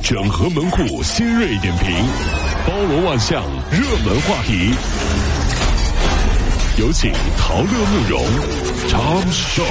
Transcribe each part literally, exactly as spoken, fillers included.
整合门户新锐点评，包罗万象，热门话题。有请陶乐慕容长寿。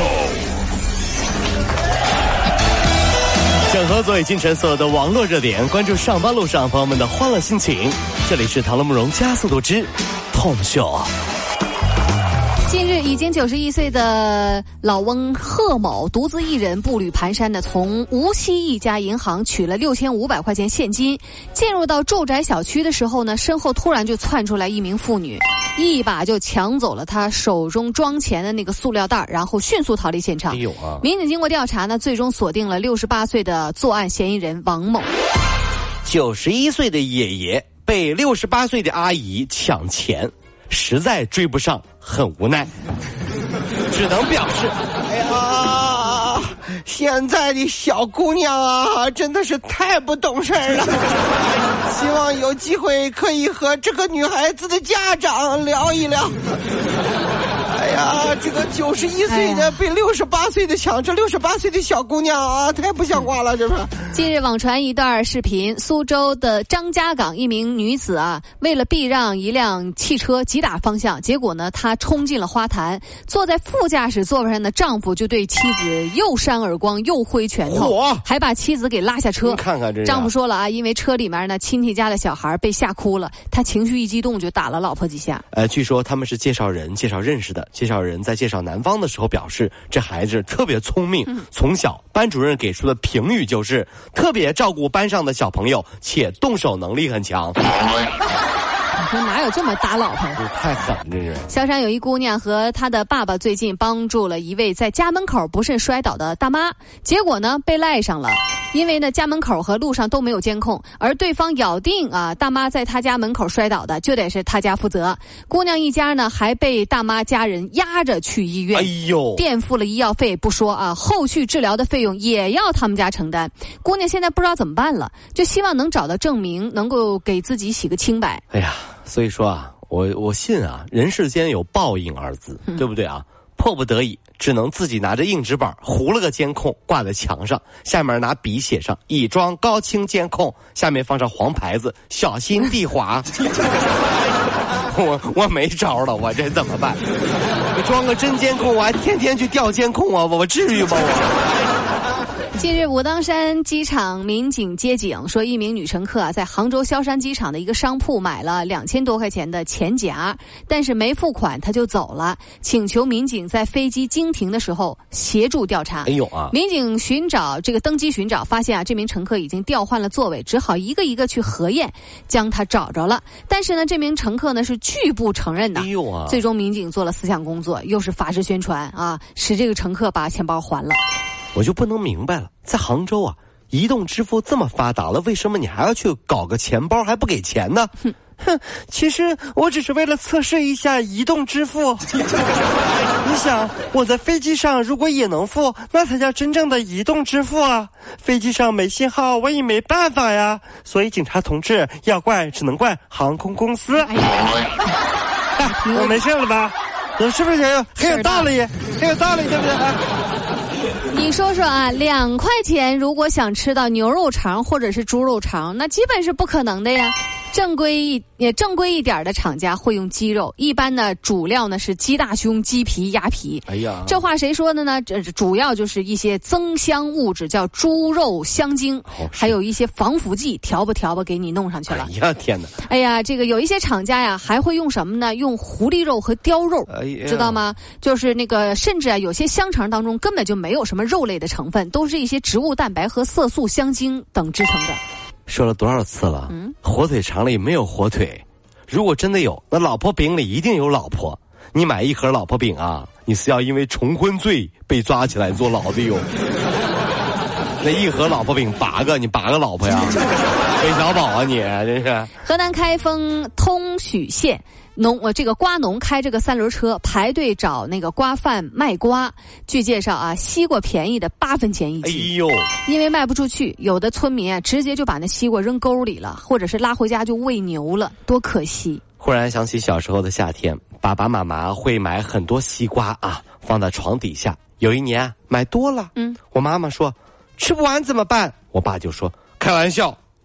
整合昨夜今晨所有的网络热点，关注上班路上朋友们的欢乐心情。这里是陶乐慕容加速度之 Tom Show。 近日，已经九十一岁的老翁贺某独自一人步履蹒跚的从无锡一家银行取了六千五百块钱现金，进入到住宅小区的时候呢，身后突然就窜出来一名妇女，一把就抢走了他手中装钱的那个塑料袋，然后迅速逃离现场。 哎呦啊！ 民警经过调查呢，最终锁定了六十八岁的作案嫌疑人王某。 九十一岁的爷爷被六十八岁的阿姨抢钱，实在追不上，很无奈，只能表示：哎呀，现在的小姑娘啊，真的是太不懂事了。希望有机会可以和这个女孩子的家长聊一聊。哎呀，这个九十一岁的被六十八岁的抢，这六十八岁的小姑娘啊，太不像话了，这是。 近日网传一段视频，苏州的张家港一名女子啊，为了避让一辆汽车急打方向，结果呢，她冲进了花坛，坐在副驾驶座位上的丈夫就对妻子又扇耳光又挥拳头，还把妻子给拉下车。 看看这， 丈夫说了啊，因为车里面呢亲戚家的小孩被吓哭了，他情绪一激动就打了老婆几下。 呃，据说他们是介绍人介绍认识的，介绍人在介绍男方的时候表示，这孩子特别聪明，嗯、从小班主任给出的评语就是特别照顾班上的小朋友，且动手能力很强。 你说哪有这么打老婆？ 太狠了，这是。 萧山有一姑娘和她的爸爸最近帮助了一位在家门口不慎摔倒的大妈，结果呢被赖上了。因为呢家门口和路上都没有监控，而对方咬定啊大妈在她家门口摔倒的就得是她家负责。姑娘一家呢还被大妈家人押着去医院， 哎呦， 垫付了医药费不说啊，后续治疗的费用也要他们家承担。姑娘现在不知道怎么办了，就希望能找到证明，能够给自己洗个清白。 哎呀，所以说啊，我我信啊，人世间有报应二字，对不对啊？迫不得已，只能自己拿着硬纸板糊了个监控挂在墙上，下面拿笔写上已装高清监控，下面放上黄牌子，小心地滑。我我没招了，我这怎么办？我装个真监控，我还天天去调监控啊，我我至于吗我？ 近日，武当山机场民警接警说，一名女乘客啊，在杭州萧山机场的一个商铺买了两千多块钱的钱夹，但是没付款，她就走了，请求民警在飞机经停的时候协助调查。 哎呦啊！ 民警寻找这个登机寻找，发现啊，这名乘客已经调换了座位，只好一个一个去核验，将他找着了。但是呢，这名乘客呢是拒不承认的。 哎呦啊！ 最终民警做了思想工作，又是法制宣传啊，使这个乘客把钱包还了。 我就不能明白了，在杭州啊，移动支付这么发达了，为什么你还要去搞个钱包还不给钱呢？哼哼，其实我只是为了测试一下移动支付。你想，我在飞机上如果也能付，那才叫真正的移动支付啊！飞机上没信号，我也没办法呀。所以警察同志，要怪只能怪航空公司。哎呀，我没事了吧？我是不是很有很有道理？很有道理，对不对？ 你说说啊，两块钱如果想吃到牛肉肠或者是猪肉肠，那基本是不可能的呀。正规一也正规一点的厂家会用鸡肉，一般呢主料呢是鸡大胸、鸡皮、鸭皮。 哎呀， 这话谁说的呢？这主要就是一些增香物质，叫猪肉香精，还有一些防腐剂，调吧调吧给你弄上去了。 哎呀天哪！ 哎呀，这个有一些厂家呀还会用什么呢？用狐狸肉和貂肉， 哎呀， 知道吗？就是那个甚至啊有些香肠当中根本就没有什么肉类的成分，都是一些植物蛋白和色素、香精等制成的。 说了多少次了？嗯，火腿肠里没有火腿，如果真的有，那老婆饼里一定有老婆。你买一盒老婆饼啊，你是要因为重婚罪被抓起来坐牢的哟。那一盒老婆饼八个，你八个老婆呀？韦小宝啊你，真是。 河南开封通许县农呃这个瓜农开这个三轮车排队找那个瓜贩卖瓜。据介绍啊，西瓜便宜的八分钱一斤。 哎呦， 因为卖不出去，有的村民啊直接就把那西瓜扔沟里了，或者是拉回家就喂牛了，多可惜。 忽然想起小时候的夏天，爸爸妈妈会买很多西瓜啊，放在床底下。有一年买多了，嗯，我妈妈说吃不完怎么办？我爸就说开玩笑，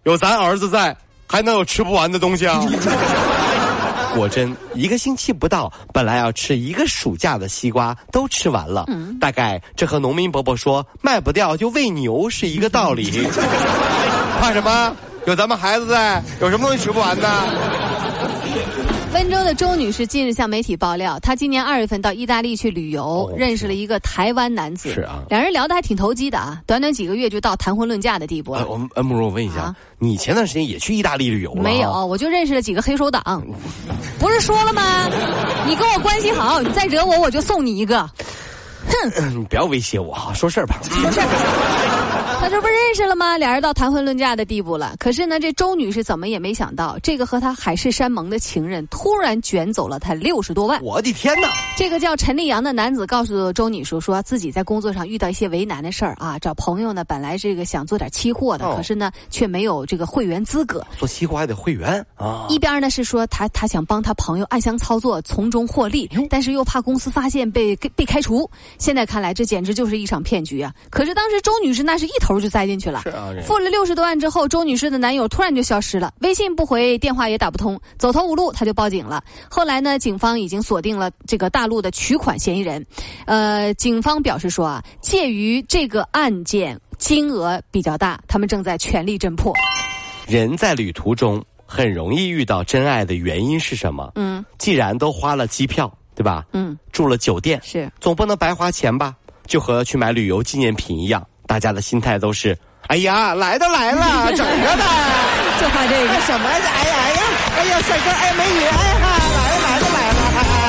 有咱儿子在，还能有吃不完的东西啊？果真，一个星期不到，本来要吃一个暑假的西瓜都吃完了。嗯、大概这和农民伯伯说卖不掉就喂牛是一个道理。怕什么？有咱们孩子在，有什么东西吃不完的？ 温州的周女士近日向媒体爆料，她今年二月份到意大利去旅游，哦、认识了一个台湾男子。是啊，两人聊得还挺投机的啊，短短几个月就到谈婚论嫁的地步了。 呃、我们恩慕容，我问一下，啊、你前段时间也去意大利旅游了？ 没有，我就认识了几个黑手党。不是说了吗？你跟我关系好，你再惹我，我就送你一个。 哼，你不要威胁我哈，说事儿吧。 说事儿。他这不认识了吗？俩人到谈婚论嫁的地步了。可是呢，这周女士怎么也没想到，这个和她海誓山盟的情人突然卷走了她六十多万。 我的天哪！ 这个叫陈立阳的男子告诉周女士说，自己在工作上遇到一些为难的事儿啊，找朋友呢，本来这个想做点期货的，哦、可是呢，却没有这个会员资格。 做期货还得会员啊。 一边呢是说他他想帮他朋友暗箱操作，从中获利，但是又怕公司发现被被开除。现在看来，这简直就是一场骗局啊！可是当时周女士那是一头就栽进去了。是啊，付了六十多万之后，周女士的男友突然就消失了，微信不回，电话也打不通，走投无路，她就报警了。后来呢，警方已经锁定了这个大陆的取款嫌疑人。呃，警方表示说啊，介于这个案件金额比较大，他们正在全力侦破。 人在旅途中很容易遇到真爱的原因是什么？嗯，既然都花了机票，对吧？嗯，住了酒店，是总不能白花钱吧？就和去买旅游纪念品一样，大家的心态都是。哎呀，来都来了，整个的， 就怕这个什么？哎呀哎呀，哎呀，帅哥，哎，美女，哎呀，来了来了来了。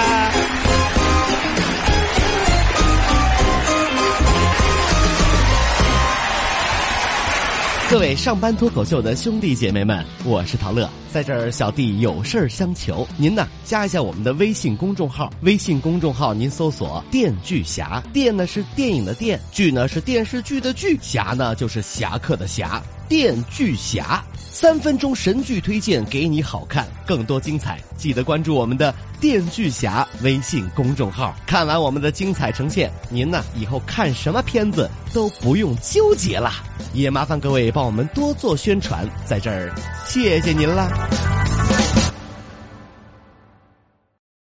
各位上班脱口秀的兄弟姐妹们，我是陶乐，在这儿小弟有事儿相求，您呢加一下我们的微信公众号，微信公众号您搜索电锯侠，电呢是电影的电，剧呢是电视剧的剧，侠呢就是侠客的侠，电锯侠，三分钟神剧推荐给你好看，更多精彩记得关注我们的电锯侠微信公众号。看完我们的精彩呈现，您呢以后看什么片子都不用纠结啦，也麻烦各位帮我们多做宣传，在这儿谢谢您啦。